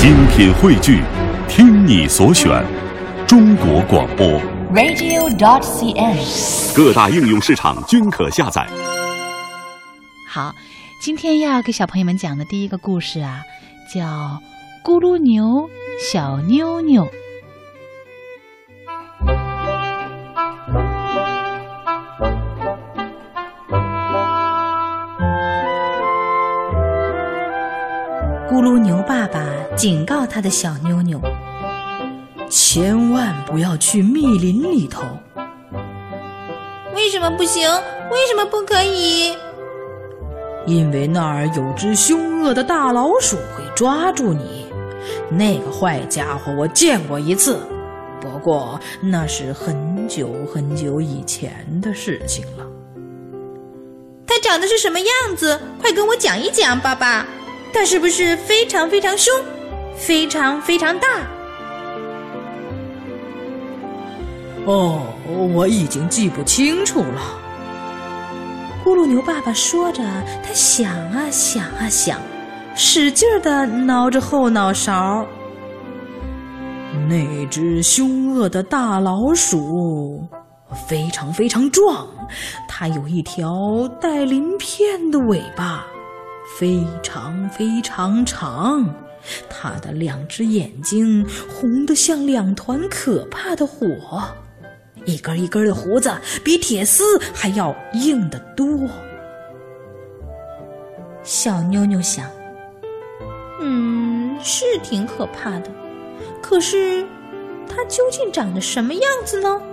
精品汇聚，听你所选，中国广播 radio.cn， 各大应用市场均可下载。 好，今天要给小朋友们讲的第一个故事啊，叫《咕噜牛小妞妞》。 咕噜牛爸爸警告他的小妞妞，千万不要去密林里头。 为什么不行？为什么不可以？ 因为那儿有只凶恶的大老鼠会抓住你。那个坏家伙我见过一次，不过那是很久很久以前的事情了。 它长得是什么样子？快跟我讲一讲，爸爸。它是不是非常非常凶，非常非常大？ 哦，我已经记不清楚了。 咕噜牛爸爸说着，他想啊想啊想，使劲地挠着后脑勺。 那只凶恶的大老鼠非常非常壮，它有一条带鳞片的尾巴，非常非常长，它的两只眼睛红得像两团可怕的火，一根一根的胡子比铁丝还要硬得多。 小妞妞想，是挺可怕的，可是它究竟长得什么样子呢？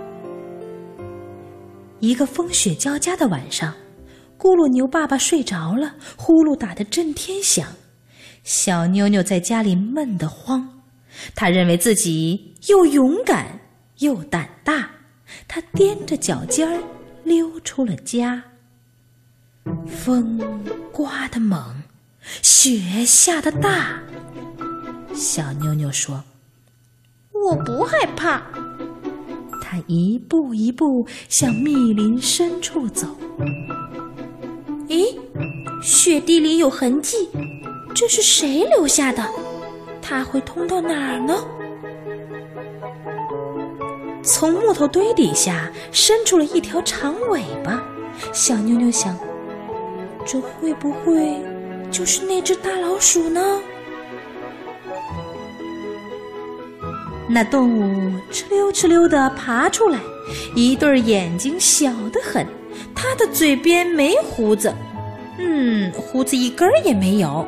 一个风雪交加的晚上，咕噜牛爸爸睡着了，呼噜打得震天响。小妞妞在家里闷得慌，她认为自己又勇敢又胆大，她踮着脚尖儿溜出了家。风刮得猛，雪下得大。小妞妞说：“我不害怕。”她一步一步向密林深处走。咦，雪地里有痕迹，这是谁留下的？它会通到哪儿呢？从木头堆底下伸出了一条长尾巴。小妞妞想，这会不会就是那只大老鼠呢？那动物哧溜哧溜地爬出来，一对眼睛小得很，它的嘴边没胡子，胡子一根儿也没有。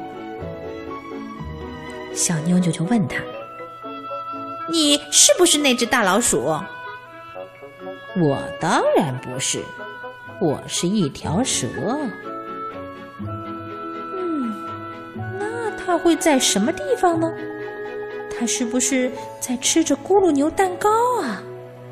小妞妞就问他：“你是不是那只大老鼠？”“我当然不是，我是一条蛇。”“那它会在什么地方呢？它是不是在吃着咕噜牛蛋糕啊？”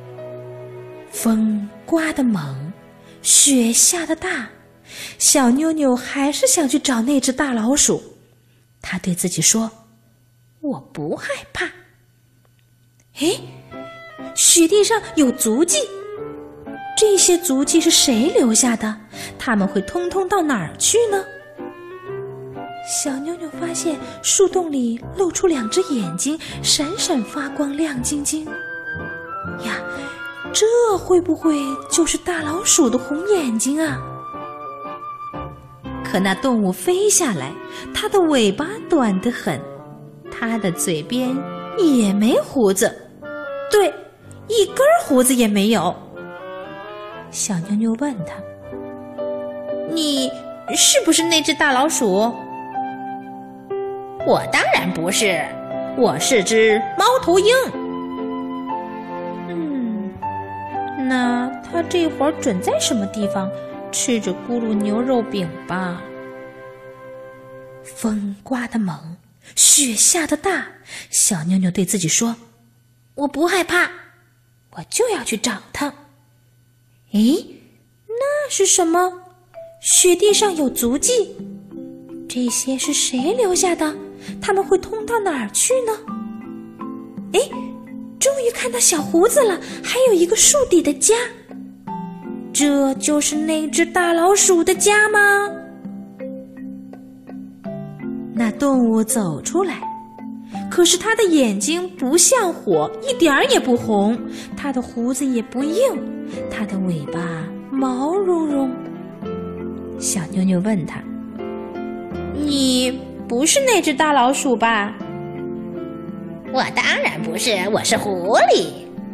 风刮得猛，雪下得大，小妞妞还是想去找那只大老鼠。她对自己说：“我不害怕。”诶，雪地上有足迹，这些足迹是谁留下的？它们会通通到哪儿去呢？小妞妞发现树洞里露出两只眼睛，闪闪发光，亮晶晶。呀，这会不会就是大老鼠的红眼睛啊？可那动物飞下来，它的尾巴短得很，它的嘴边也没胡子，对，一根胡子也没有。小妞妞问他：“你是不是那只大老鼠？”“我当然不是，我是只猫头鹰。”“那它这会儿准在什么地方吃着咕噜牛肉饼吧？”风刮得猛，雪下得大，小妞妞对自己说：“我不害怕，我就要去找它。”诶，那是什么？雪地上有足迹，这些是谁留下的？他们会通到哪儿去呢？诶，终于看到小胡子了，还有一个树底的家。这就是那只大老鼠的家吗？那动物走出来， 可是他的眼睛不像火，一点儿也不红，他的胡子也不硬，他的尾巴毛茸茸。小妞妞问他：“你不是那只大老鼠吧？”“ 我当然不是，我是狐狸。”“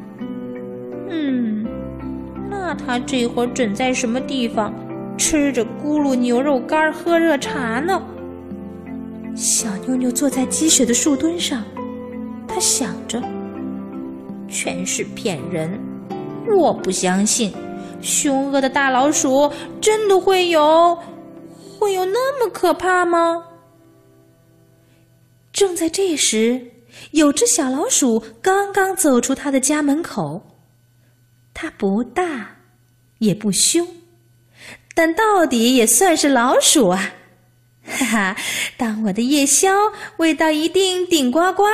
那他这会儿准在什么地方吃着咕噜牛肉干喝热茶呢？”小妞妞坐在积雪的树墩上，她想着，全是骗人，我不相信凶恶的大老鼠真的会有那么可怕吗？正在这时，有只小老鼠刚刚走出它的家门口，它不大也不凶，但到底也算是老鼠啊！哈哈，当我的夜宵味道一定顶呱呱。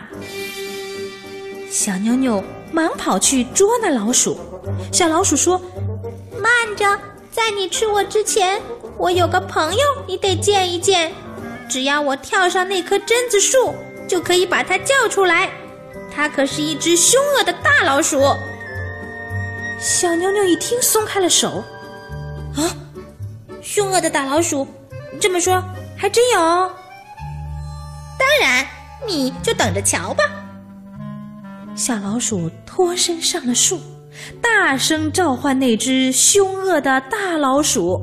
小妞妞忙跑去捉那老鼠。小老鼠说：“ 慢着，在你吃我之前，我有个朋友你得见一见。只要我跳上那棵榛子树，就可以把它叫出来。它可是一只凶恶的大老鼠。” 小妞妞一听，松开了手。啊，凶恶的大老鼠，这么说还真有？ 当然，你就等着瞧吧。 小老鼠脱身上了树，大声召唤那只凶恶的大老鼠。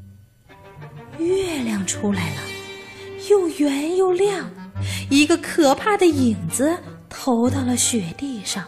月亮出来了，又圆又亮，一个可怕的影子投到了雪地上。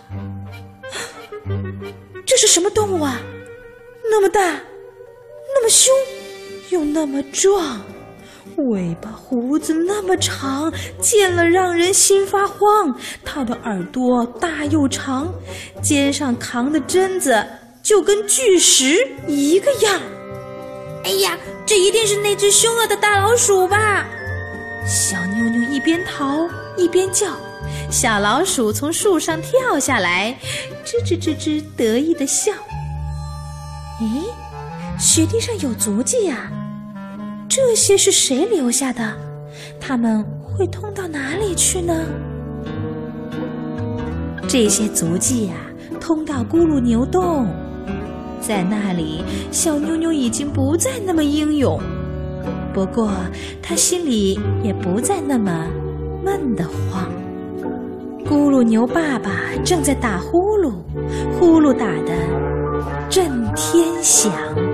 这是什么动物啊？那么大，那么凶，又那么壮，尾巴胡子那么长，见了让人心发慌。它的耳朵大又长，肩上扛的榛子就跟巨石一个样。哎呀，这一定是那只凶恶的大老鼠吧？小妞妞一边逃一边叫。小老鼠从树上跳下来，吱吱吱吱得意地笑。咦，雪地上有足迹呀，这些是谁留下的？它们会通到哪里去呢？这些足迹呀，通到咕噜牛洞。在那里，小妞妞已经不再那么英勇，不过她心里也不再那么闷得慌。咕噜牛爸爸正在打呼噜，呼噜打得震天响。